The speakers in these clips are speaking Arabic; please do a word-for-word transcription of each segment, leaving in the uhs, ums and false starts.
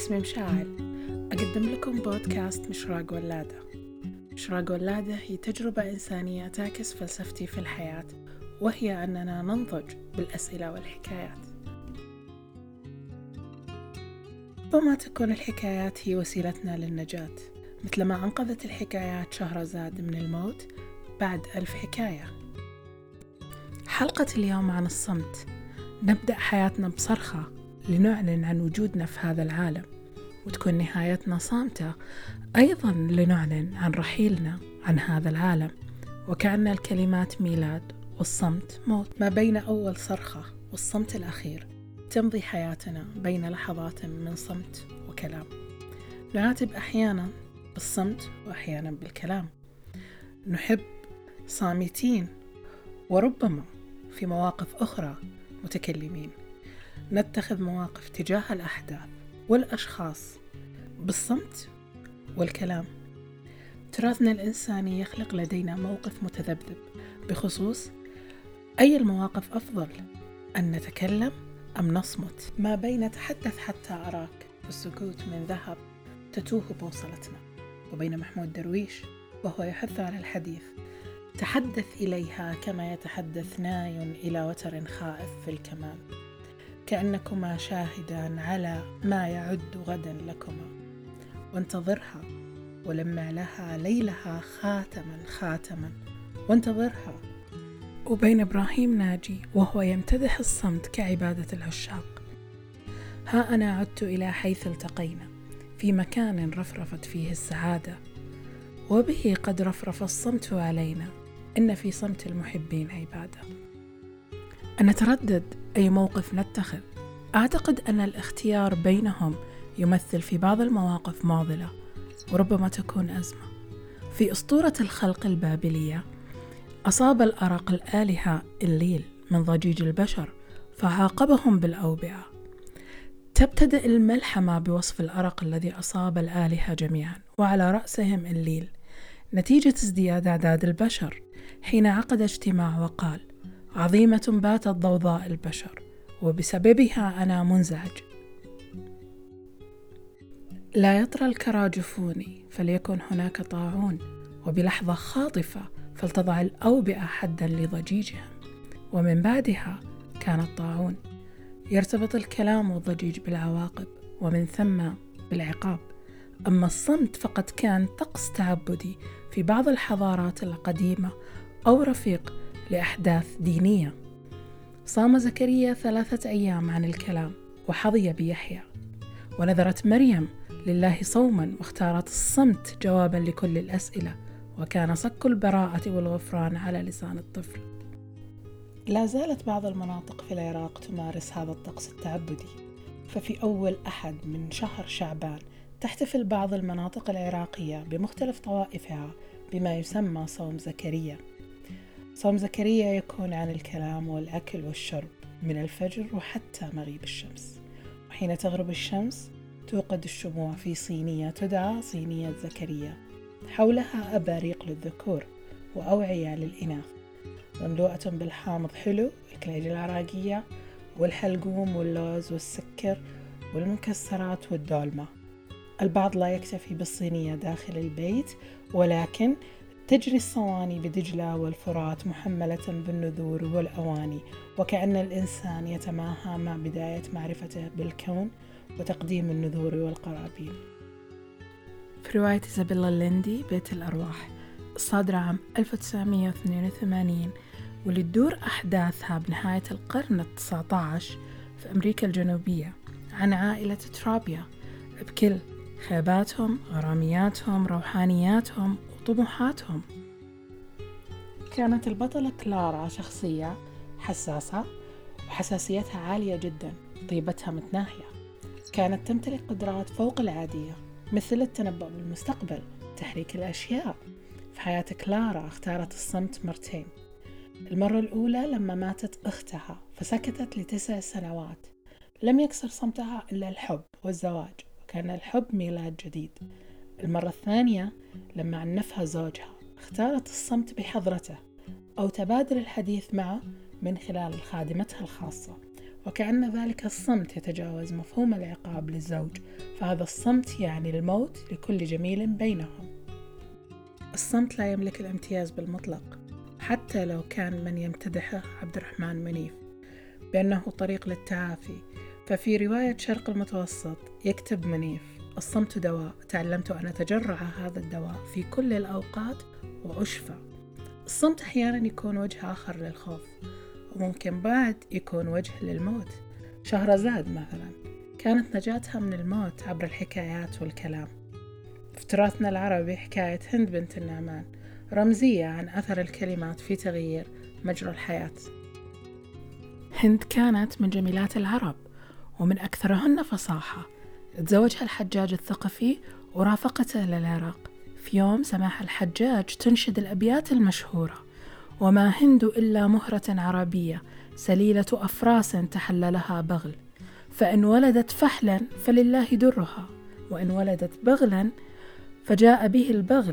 اسمي مشاعل، أقدم لكم بودكاست مشراق ولادة. مشراق ولادة هي تجربة إنسانية تعكس فلسفتي في الحياة، وهي أننا ننضج بالأسئلة والحكايات. وما تكون الحكايات هي وسيلتنا للنجاة، مثلما أنقذت الحكايات شهرزاد من الموت بعد ألف حكاية. حلقة اليوم عن الصمت. نبدأ حياتنا بصرخة لنعلن عن وجودنا في هذا العالم، وتكون نهايتنا صامتة أيضا لنعلن عن رحيلنا عن هذا العالم. وكأن الكلمات ميلاد والصمت موت. ما بين أول صرخة والصمت الأخير تمضي حياتنا بين لحظات من صمت وكلام. نعاتب أحيانا بالصمت وأحيانا بالكلام. نحب صامتين، وربما في مواقف أخرى متكلمين. نتخذ مواقف تجاه الأحداث والأشخاص بالصمت والكلام. تراثنا الإنساني يخلق لدينا موقف متذبذب بخصوص أي المواقف أفضل، أن نتكلم أم نصمت. ما بين تحدث حتى أراك والسكوت من ذهب تتوه بوصلتنا، وبين محمود درويش وهو يحث على الحديث، تحدث إليها كما يتحدث ناي إلى وتر خائف في الكمان، كأنكما شاهدان على ما يعد غدا لكما، وانتظرها ولمع لها ليلها خاتما خاتما وانتظرها. وبين إبراهيم ناجي وهو يمتدح الصمت كعبادة العشاق، ها أنا عدت إلى حيث التقينا في مكان رفرفت فيه السعادة، وبه قد رفرف الصمت علينا، إن في صمت المحبين عبادة. أن نتردد أي موقف نتخذ. أعتقد أن الاختيار بينهم يمثل في بعض المواقف معضلة، وربما تكون أزمة. في أسطورة الخلق البابلية أصاب الأرق الآلهة الليل من ضجيج البشر فعاقبهم بالأوبئة. تبتدأ الملحمة بوصف الأرق الذي أصاب الآلهة جميعا وعلى رأسهم الليل، نتيجة ازدياد أعداد البشر، حين عقد اجتماع وقال: عظيمة باتت ضوضاء البشر، وبسببها أنا منزعج. لا يطرى الكرى جفوني فليكن هناك طاعون، وبلحظة خاطفة فلتضع الأوبئة حدا لضجيجهم، ومن بعدها كان الطاعون. يرتبط الكلام والضجيج بالعواقب، ومن ثم بالعقاب. أما الصمت فقد كان طقس تعبدي في بعض الحضارات القديمة أو رفيق لأحداث دينية. صام زكريا ثلاثة أيام عن الكلام وحظي بيحيى، ونذرت مريم لله صوما واختارت الصمت جوابا لكل الأسئلة، وكان صك البراءة والغفران على لسان الطفل. لا زالت بعض المناطق في العراق تمارس هذا الطقس التعبدي، ففي أول أحد من شهر شعبان تحتفل بعض المناطق العراقية بمختلف طوائفها بما يسمى صوم زكريا. صوم زكريا يكون عن الكلام والأكل والشرب من الفجر وحتى مغيب الشمس، وحين تغرب الشمس توقد الشموع في صينية تدعى صينية زكريا، حولها أباريق للذكور وأوعية للإناث، مملوءة بالحامض حلو، الكليجة العراقية والحلقوم واللوز والسكر والمكسرات والدولمة. البعض لا يكتفي بالصينية داخل البيت، ولكن تجري الصواني بدجلة والفرات محملة بالنذور والأواني، وكأن الإنسان يتماهى مع بداية معرفته بالكون وتقديم النذور والقرابين. في رواية إيزابيلا الليندي بيت الأرواح الصادرة عام ألف وتسعمائة واثنين وثمانين، واللي تدور أحداثها بنهاية القرن التاسع عشر في أمريكا الجنوبية، عن عائلة ترابيا بكل خيباتهم، غرامياتهم، روحانياتهم وطموحاتهم. كانت البطلة كلارا شخصية حساسة، وحساسيتها عالية جدا، طيبتها متناهية. كانت تمتلك قدرات فوق العادية، مثل التنبؤ بالمستقبل، تحريك الأشياء. في حياة كلارا اختارت الصمت مرتين. المرة الأولى لما ماتت أختها فسكتت لتسع سنوات، لم يكسر صمتها إلا الحب والزواج، وكان الحب ميلاد جديد. المرة الثانية لما عنفها زوجها، اختارت الصمت بحضرته أو تبادل الحديث معه من خلال خادمتها الخاصة، وكأن ذلك الصمت يتجاوز مفهوم العقاب للزوج، فهذا الصمت يعني الموت لكل جميل بينهم. الصمت لا يملك الامتياز بالمطلق، حتى لو كان من يمتدحه عبد الرحمن منيف بأنه طريق للتعافي. ففي رواية شرق المتوسط يكتب منيف: الصمت دواء، تعلمت أن أتجرع هذا الدواء في كل الأوقات وأشفى. الصمت أحيانا يكون وجه آخر للخوف، وممكن بعد يكون وجه للموت. شهرزاد مثلا كانت نجاتها من الموت عبر الحكايات والكلام. في تراثنا العربي حكاية هند بنت النعمان رمزية عن أثر الكلمات في تغيير مجرى الحياة. هند كانت من جميلات العرب ومن أكثرهن فصاحة. تزوجها الحجاج الثقفي ورافقته إلى العراق. في يوم سماح الحجاج تنشد الأبيات المشهورة: وما هند إلا مهرة عربية سليلة أفراس تحللها بغل، فإن ولدت فحلا فلله درها، وإن ولدت بغلا فجاء به البغل.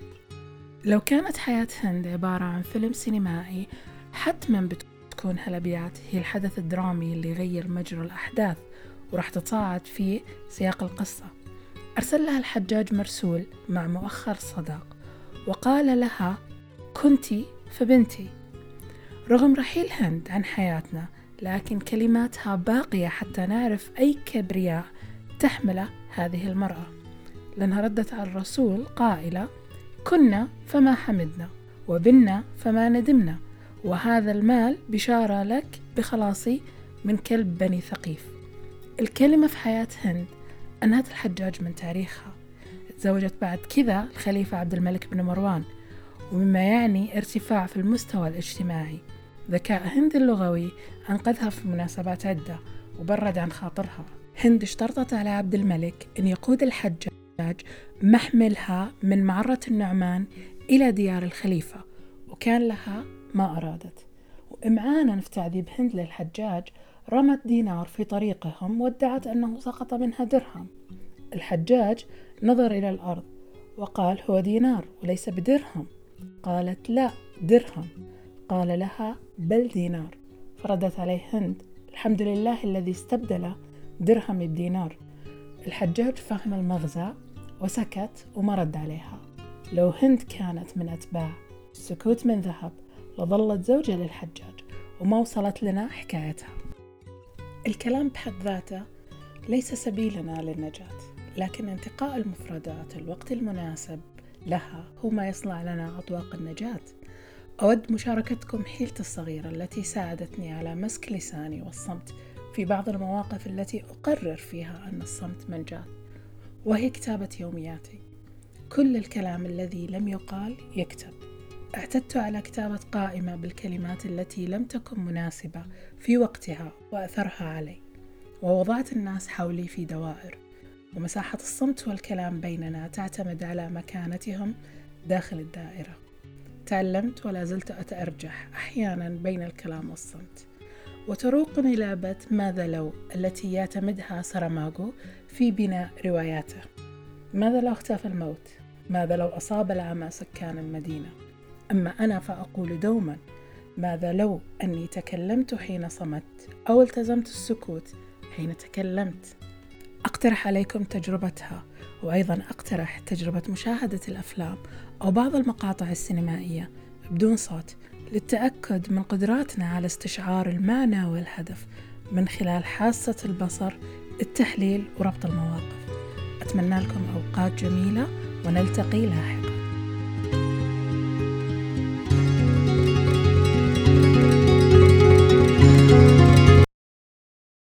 لو كانت حياة هند عبارة عن فيلم سينمائي، حتما بتكون هالأبيات هي الحدث الدرامي اللي يغير مجرى الأحداث وراح تتصاعد في سياق القصة. أرسل لها الحجاج مرسول مع مؤخر صداق وقال لها: كنتي فبنتي. رغم رحيل هند عن حياتنا، لكن كلماتها باقية حتى نعرف أي كبرياء تحمله هذه المرأة، لأنها ردت على الرسول قائلة: كنا فما حمدنا، وبنا فما ندمنا، وهذا المال بشارة لك بخلاصي من كلب بني ثقيف. الكلمة في حياة هند أنهت الحجاج من تاريخها. تزوجت بعد كذا الخليفة عبد الملك بن مروان، ومما يعني ارتفاع في المستوى الاجتماعي. ذكاء هند اللغوي أنقذها في مناسبات عدة وبرد عن خاطرها. هند اشترطت على عبد الملك أن يقود الحجاج محملها من معرة النعمان إلى ديار الخليفة، وكان لها ما أرادت. وإمعانا في تعذيب هند للحجاج رمت دينار في طريقهم وادعت أنه سقط منها درهم. الحجاج نظر إلى الأرض وقال: هو دينار وليس بدرهم. قالت: لا، درهم. قال لها: بل دينار. فردت عليه هند: الحمد لله الذي استبدل درهم الدينار. الحجاج فهم المغزى وسكت وما رد عليها. لو هند كانت من أتباع السكوت من ذهب لظلت زوجة للحجاج وما وصلت لنا حكايتها. الكلام بحد ذاته ليس سبيلنا للنجاة، لكن انتقاء المفردات الوقت المناسب لها هو ما يصنع لنا أطواق النجاة. أود مشاركتكم حيلتي الصغيرة التي ساعدتني على مسك لساني والصمت في بعض المواقف التي أقرر فيها أن الصمت منجاة، وهي كتابة يومياتي. كل الكلام الذي لم يقال يكتب. اعتدت على كتابة قائمة بالكلمات التي لم تكن مناسبة في وقتها وأثرها علي، ووضعت الناس حولي في دوائر، ومساحة الصمت والكلام بيننا تعتمد على مكانتهم داخل الدائرة. تعلمت ولا زلت أتأرجح أحيانا بين الكلام والصمت، وتروقني لعبة ماذا لو التي يعتمدها ساراماغو في بناء رواياته. ماذا لو اختفى الموت؟ ماذا لو أصاب العمى سكان المدينة؟ أما أنا فأقول دوما: ماذا لو أني تكلمت حين صمت، أو التزمت السكوت حين تكلمت؟ أقترح عليكم تجربتها، وأيضا أقترح تجربة مشاهدة الأفلام أو بعض المقاطع السينمائية بدون صوت للتأكد من قدراتنا على استشعار المعنى والهدف من خلال حاسة البصر، التحليل وربط المواقف. أتمنى لكم أوقات جميلة ونلتقي لاحقا.